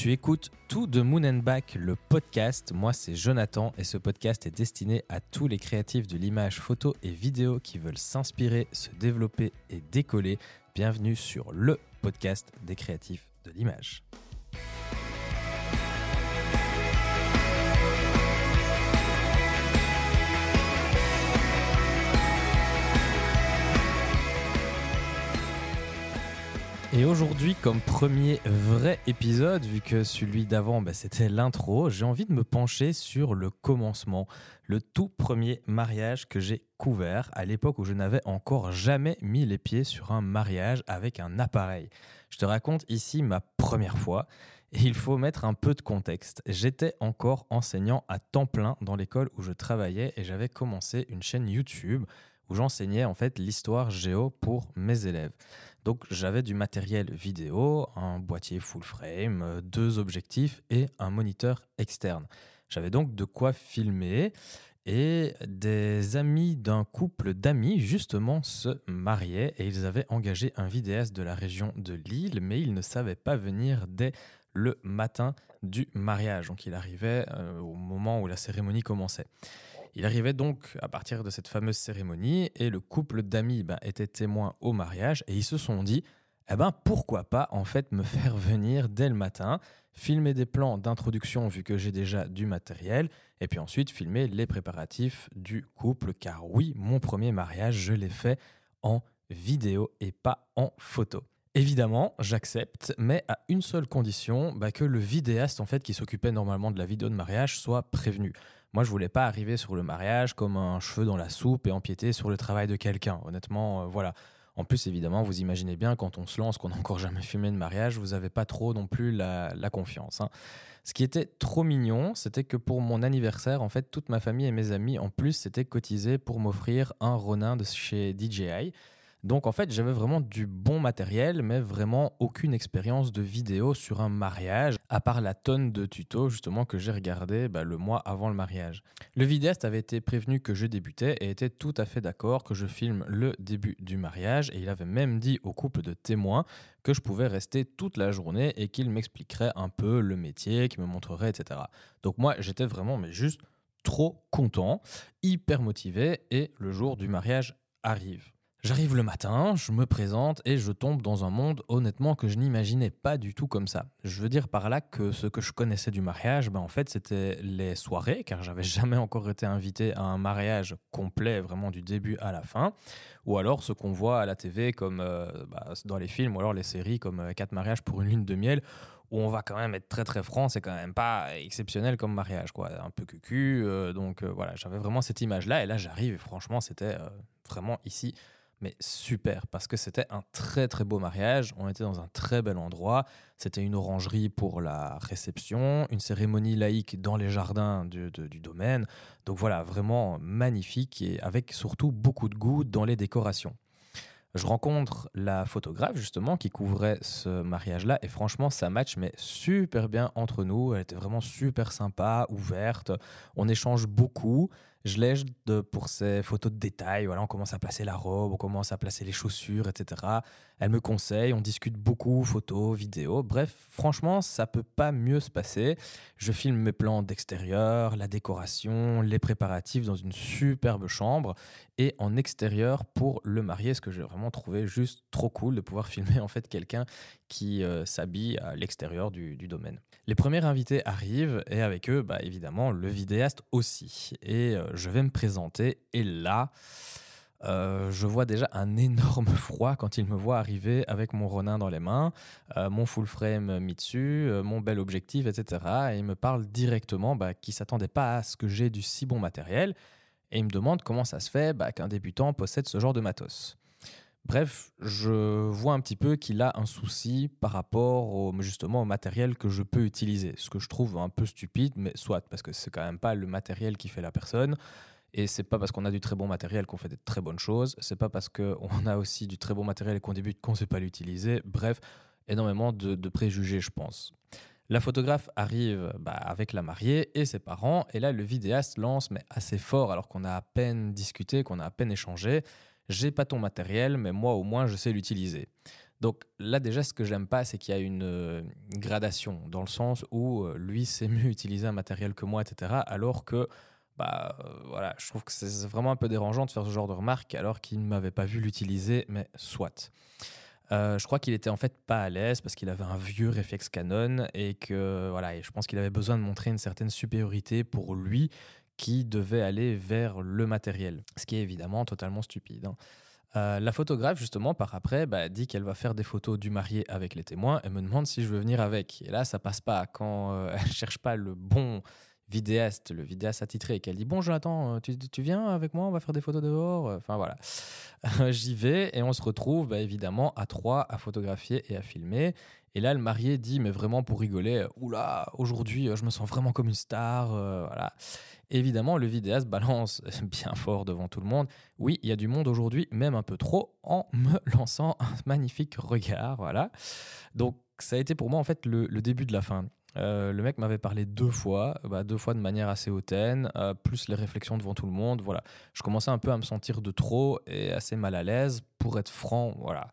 Tu écoutes Tout de Moon and Back, le podcast. Moi, c'est Jonathan et ce podcast est destiné à tous les créatifs de l'image, photo et vidéo qui veulent s'inspirer, se développer et décoller. Bienvenue sur le podcast des créatifs de l'image. Et aujourd'hui, comme premier vrai épisode, vu que celui d'avant, c'était l'intro, j'ai envie de me pencher sur le commencement, le tout premier mariage que j'ai couvert à l'époque où je n'avais encore jamais mis les pieds sur un mariage avec un appareil. Je te raconte ici ma première fois et il faut mettre un peu de contexte. J'étais encore enseignant à temps plein dans l'école où je travaillais et j'avais commencé une chaîne YouTube où j'enseignais en fait l'histoire géo pour mes élèves. Donc j'avais du matériel vidéo, un boîtier full frame, 2 objectifs et un moniteur externe. J'avais donc de quoi filmer et des amis d'un couple d'amis justement se mariaient et ils avaient engagé un vidéaste de la région de Lille, mais ils ne savaient pas venir dès le matin du mariage. Donc il arrivait au moment où la cérémonie commençait. Il arrivait donc à partir de cette fameuse cérémonie et le couple d'amis était témoin au mariage et ils se sont dit pourquoi pas en fait me faire venir dès le matin, filmer des plans d'introduction vu que j'ai déjà du matériel et puis ensuite filmer les préparatifs du couple car oui, mon premier mariage, je l'ai fait en vidéo et pas en photo. Évidemment, j'accepte, mais à une seule condition, que le vidéaste en fait qui s'occupait normalement de la vidéo de mariage soit prévenu. Moi, je voulais pas arriver sur le mariage comme un cheveu dans la soupe et empiéter sur le travail de quelqu'un. Honnêtement, voilà. En plus, évidemment, vous imaginez bien, quand on se lance, qu'on n'a encore jamais filmé de mariage, vous n'avez pas trop non plus la confiance. Ce qui était trop mignon, c'était que pour mon anniversaire, en fait, toute ma famille et mes amis, en plus, s'étaient cotisés pour m'offrir un Ronin de chez DJI. Donc en fait, j'avais vraiment du bon matériel, mais vraiment aucune expérience de vidéo sur un mariage, à part la tonne de tutos justement que j'ai regardé le mois avant le mariage. Le vidéaste avait été prévenu que je débutais et était tout à fait d'accord que je filme le début du mariage et il avait même dit au couple de témoins que je pouvais rester toute la journée et qu'il m'expliquerait un peu le métier, qu'il me montrerait, etc. Donc moi, j'étais vraiment juste trop content, hyper motivé et le jour du mariage arrive. J'arrive le matin, je me présente et je tombe dans un monde honnêtement que je n'imaginais pas du tout comme ça. Je veux dire par là que ce que je connaissais du mariage, en fait c'était les soirées, car j'avais jamais encore été invité à un mariage complet, vraiment du début à la fin, ou alors ce qu'on voit à la TV comme dans les films, ou alors les séries comme 4 mariages pour une lune de miel, où on va quand même être très très franc, c'est quand même pas exceptionnel comme mariage, quoi, un peu cucu, donc voilà, j'avais vraiment cette image-là, et là j'arrive et franchement c'était vraiment ici, mais super, parce que c'était un très très beau mariage, on était dans un très bel endroit, c'était une orangerie pour la réception, une cérémonie laïque dans les jardins du domaine, donc voilà, vraiment magnifique et avec surtout beaucoup de goût dans les décorations. Je rencontre la photographe justement qui couvrait ce mariage-là et franchement ça match mais super bien entre nous, elle était vraiment super sympa, ouverte, on échange beaucoup, je l'aide pour ses photos de détail, voilà, on commence à placer la robe, on commence à placer les chaussures, etc. Elle me conseille, on discute beaucoup, photos, vidéos, bref, franchement ça peut pas mieux se passer. Je filme mes plans d'extérieur, la décoration, les préparatifs dans une superbe chambre et en extérieur pour le marié, ce que j'ai vraiment trouvé juste trop cool de pouvoir filmer en fait quelqu'un qui s'habille à l'extérieur du domaine. Les premiers invités arrivent et avec eux, évidemment, le vidéaste aussi. Et je vais me présenter et là, je vois déjà un énorme froid quand il me voit arriver avec mon Ronin dans les mains, mon full frame mis dessus, mon bel objectif, etc. Et il me parle directement qu'il ne s'attendait pas à ce que j'ai du si bon matériel. Et il me demande comment ça se fait qu'un débutant possède ce genre de matos. Bref, je vois un petit peu qu'il a un souci par rapport justement au matériel que je peux utiliser. Ce que je trouve un peu stupide, mais soit, parce que c'est quand même pas le matériel qui fait la personne. Et c'est pas parce qu'on a du très bon matériel qu'on fait de très bonnes choses. C'est pas parce qu'on a aussi du très bon matériel et qu'on débute qu'on sait pas l'utiliser. Bref, énormément de préjugés, je pense. La photographe arrive avec la mariée et ses parents. Et là, le vidéaste lance, mais assez fort, alors qu'on a à peine discuté, qu'on a à peine échangé. J'ai pas ton matériel, mais moi au moins je sais l'utiliser. Donc là, déjà, ce que j'aime pas, c'est qu'il y a une gradation, dans le sens où lui sait mieux utiliser un matériel que moi, etc. Alors que, voilà, je trouve que c'est vraiment un peu dérangeant de faire ce genre de remarques alors qu'il ne m'avait pas vu l'utiliser, mais soit. Je crois qu'il était en fait pas à l'aise parce qu'il avait un vieux réflexe Canon et que voilà, et je pense qu'il avait besoin de montrer une certaine supériorité pour lui qui devait aller vers le matériel, ce qui est évidemment totalement stupide, hein. La photographe, justement, par après, dit qu'elle va faire des photos du marié avec les témoins et me demande si je veux venir avec. Et là, ça passe pas. Quand elle cherche pas le bon vidéaste, le vidéaste attitré, et qu'elle dit « Bon, Jonathan, tu viens avec moi, on va faire des photos dehors ?» Enfin, voilà. J'y vais et on se retrouve, évidemment, à trois à photographier et à filmer. Et là, le marié dit, mais vraiment pour rigoler, « Oula, aujourd'hui, je me sens vraiment comme une star. » Voilà. Évidemment, le vidéaste balance bien fort devant tout le monde. Oui, il y a du monde aujourd'hui, même un peu trop, en me lançant un magnifique regard. Voilà. Donc, ça a été pour moi en fait le début de la fin. Le mec m'avait parlé deux fois de manière assez hautaine, plus les réflexions devant tout le monde. Voilà. Je commençais un peu à me sentir de trop et assez mal à l'aise. Pour être franc, voilà.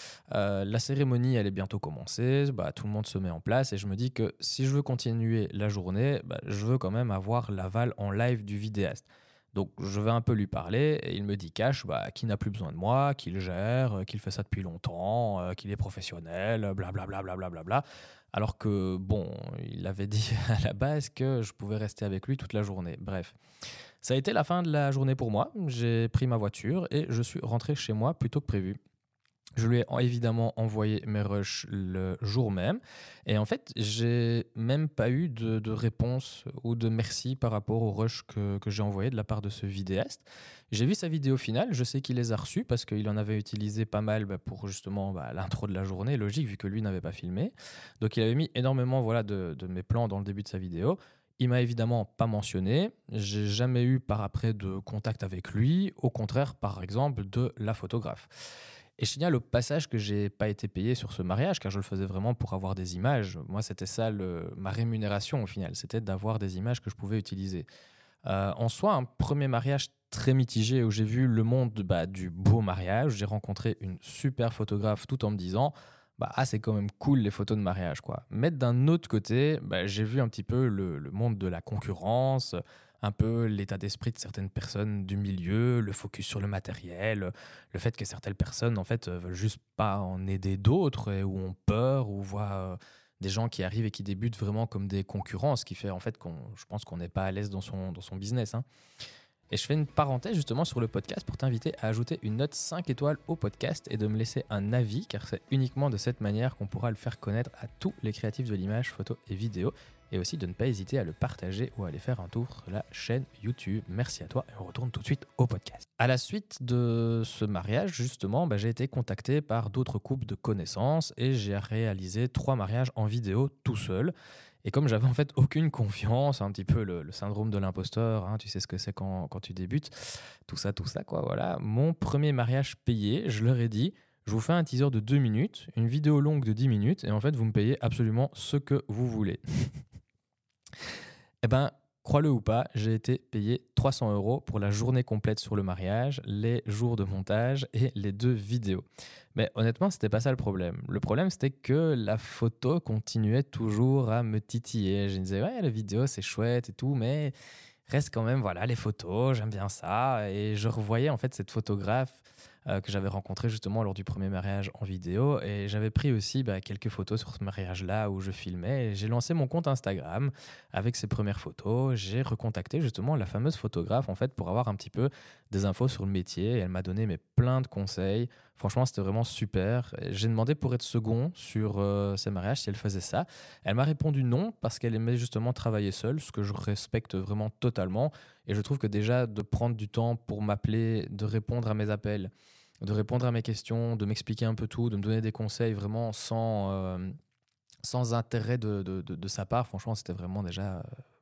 La cérémonie, elle est bientôt commencée, tout le monde se met en place et je me dis que si je veux continuer la journée, je veux quand même avoir l'aval en live du vidéaste. Donc je vais un peu lui parler et il me dit cash qu'il n'a plus besoin de moi, qu'il gère, qu'il fait ça depuis longtemps, qu'il est professionnel, blablabla. Bla, bla, bla, bla. Alors que bon, il avait dit à la base que je pouvais rester avec lui toute la journée. Bref, ça a été la fin de la journée pour moi. J'ai pris ma voiture et je suis rentré chez moi plus tôt que prévu. Je lui ai évidemment envoyé mes rushs le jour même. Et en fait, j'ai même pas eu de réponse ou de merci par rapport aux rushs que j'ai envoyés de la part de ce vidéaste. J'ai vu sa vidéo finale. Je sais qu'il les a reçus parce qu'il en avait utilisé pas mal pour justement l'intro de la journée. Logique, vu que lui n'avait pas filmé. Donc, il avait mis énormément de mes plans dans le début de sa vidéo. Il m'a évidemment pas mentionné. J'ai jamais eu par après de contact avec lui. Au contraire, par exemple, de la photographe. Et je signale au passage que j'ai pas été payé sur ce mariage, car je le faisais vraiment pour avoir des images. Moi, c'était ça ma rémunération au final, c'était d'avoir des images que je pouvais utiliser. En soi, un premier mariage très mitigé où j'ai vu le monde du beau mariage. J'ai rencontré une super photographe tout en me disant c'est quand même cool les photos de mariage, quoi. Mais d'un autre côté, j'ai vu un petit peu le monde de la concurrence, un peu l'état d'esprit de certaines personnes du milieu, le focus sur le matériel, le fait que certaines personnes en fait veulent juste pas en aider d'autres ou ont peur ou voient des gens qui arrivent et qui débutent vraiment comme des concurrents, ce qui fait en fait je pense qu'on n'est pas à l'aise dans son business, hein. Et je fais une parenthèse justement sur le podcast pour t'inviter à ajouter une note 5 étoiles au podcast et de me laisser un avis, car c'est uniquement de cette manière qu'on pourra le faire connaître à tous les créatifs de l'image, photo et vidéo, et aussi de ne pas hésiter à le partager ou à aller faire un tour sur la chaîne YouTube. Merci à toi et on retourne tout de suite au podcast. À la suite de ce mariage, justement, j'ai été contacté par d'autres couples de connaissances et j'ai réalisé 3 mariages en vidéo tout seul. Et comme j'avais en fait aucune confiance, un petit peu le syndrome de l'imposteur, hein, tu sais ce que c'est quand tu débutes, tout ça, quoi, voilà. Mon premier mariage payé, je leur ai dit, je vous fais un teaser de 2 minutes, une vidéo longue de 10 minutes, et en fait, vous me payez absolument ce que vous voulez. Eh ben, crois-le ou pas, j'ai été payé 300 € pour la journée complète sur le mariage, les jours de montage et les 2 vidéos. Mais honnêtement, c'était pas ça le problème. Le problème, c'était que la photo continuait toujours à me titiller. Je me disais, ouais, la vidéo, c'est chouette et tout, mais reste quand même, voilà, les photos, j'aime bien ça. Et je revoyais en fait cette photographe que j'avais rencontrée justement lors du premier mariage en vidéo. Et j'avais pris aussi quelques photos sur ce mariage-là où je filmais. Et j'ai lancé mon compte Instagram avec ces premières photos. J'ai recontacté justement la fameuse photographe en fait pour avoir un petit peu des infos sur le métier. Et elle m'a donné plein de conseils. Franchement, c'était vraiment super. J'ai demandé pour être second sur ces mariages si elle faisait ça. Elle m'a répondu non parce qu'elle aimait justement travailler seule, ce que je respecte vraiment totalement. Et je trouve que déjà de prendre du temps pour m'appeler, de répondre à mes appels, de répondre à mes questions, de m'expliquer un peu tout, de me donner des conseils vraiment sans intérêt de sa part, franchement, c'était vraiment déjà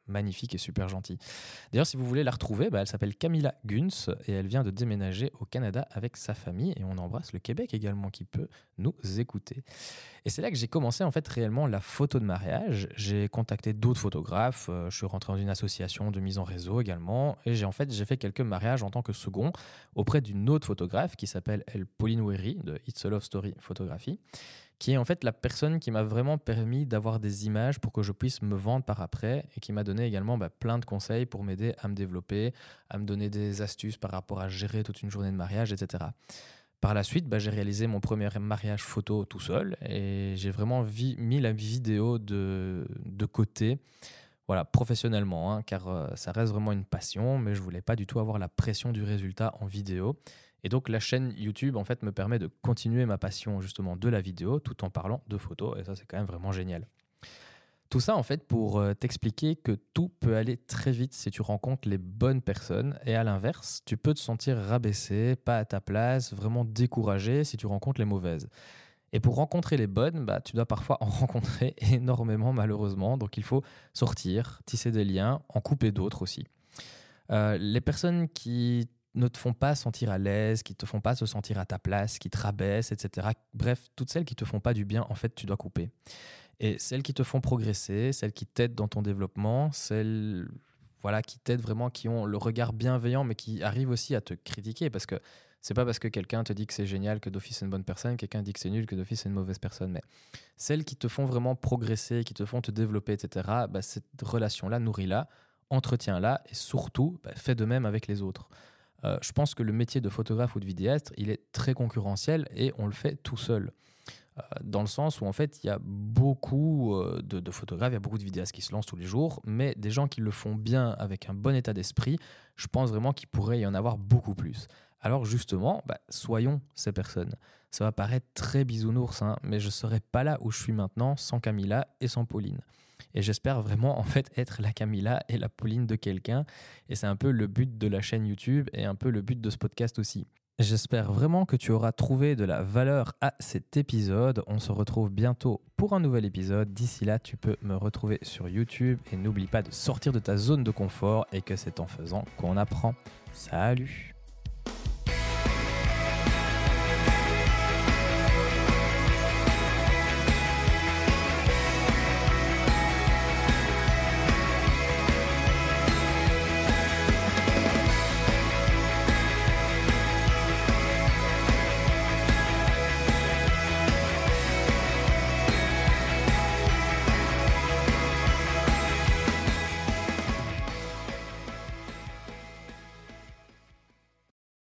magnifique et super gentille. D'ailleurs, si vous voulez la retrouver, elle s'appelle Camilla Gunz et elle vient de déménager au Canada avec sa famille et on embrasse le Québec également qui peut nous écouter. Et c'est là que j'ai commencé en fait réellement la photo de mariage. J'ai contacté d'autres photographes, je suis rentré dans une association de mise en réseau également et j'ai fait quelques mariages en tant que second auprès d'une autre photographe qui s'appelle Pauline Wery de It's a Love Story Photographie, qui est en fait la personne qui m'a vraiment permis d'avoir des images pour que je puisse me vendre par après et qui m'a donné également plein de conseils pour m'aider à me développer, à me donner des astuces par rapport à gérer toute une journée de mariage, etc. Par la suite, j'ai réalisé mon premier mariage photo tout seul et j'ai vraiment mis la vidéo de côté, voilà, professionnellement, car ça reste vraiment une passion, mais je voulais pas du tout avoir la pression du résultat en vidéo. Et donc la chaîne YouTube en fait me permet de continuer ma passion justement de la vidéo tout en parlant de photos et ça c'est quand même vraiment génial. Tout ça en fait pour t'expliquer que tout peut aller très vite si tu rencontres les bonnes personnes et à l'inverse, tu peux te sentir rabaissé, pas à ta place, vraiment découragé si tu rencontres les mauvaises. Et pour rencontrer les bonnes, tu dois parfois en rencontrer énormément malheureusement, donc il faut sortir, tisser des liens, en couper d'autres aussi. Les personnes qui ne te font pas sentir à l'aise, qui te font pas se sentir à ta place, qui te rabaissent, etc. Bref, toutes celles qui te font pas du bien, en fait, tu dois couper. Et celles qui te font progresser, celles qui t'aident dans ton développement, celles qui t'aident vraiment, qui ont le regard bienveillant, mais qui arrivent aussi à te critiquer, parce que c'est pas parce que quelqu'un te dit que c'est génial que d'office c'est une bonne personne, quelqu'un dit que c'est nul que d'office c'est une mauvaise personne. Mais celles qui te font vraiment progresser, qui te font te développer, etc., cette relation-là, nourris-la, entretiens-la et surtout, fais de même avec les autres. Je pense que le métier de photographe ou de vidéaste, il est très concurrentiel et on le fait tout seul. Dans le sens où en fait, il y a beaucoup de photographes, il y a beaucoup de vidéastes qui se lancent tous les jours, mais des gens qui le font bien avec un bon état d'esprit, je pense vraiment qu'il pourrait y en avoir beaucoup plus. Alors justement, soyons ces personnes. Ça va paraître très bisounours, mais je ne serais pas là où je suis maintenant sans Camilla et sans Pauline. Et j'espère vraiment en fait être la Camilla et la Pauline de quelqu'un. Et c'est un peu le but de la chaîne YouTube et un peu le but de ce podcast aussi. J'espère vraiment que tu auras trouvé de la valeur à cet épisode. On se retrouve bientôt pour un nouvel épisode. D'ici là, tu peux me retrouver sur YouTube et n'oublie pas de sortir de ta zone de confort et que c'est en faisant qu'on apprend. Salut!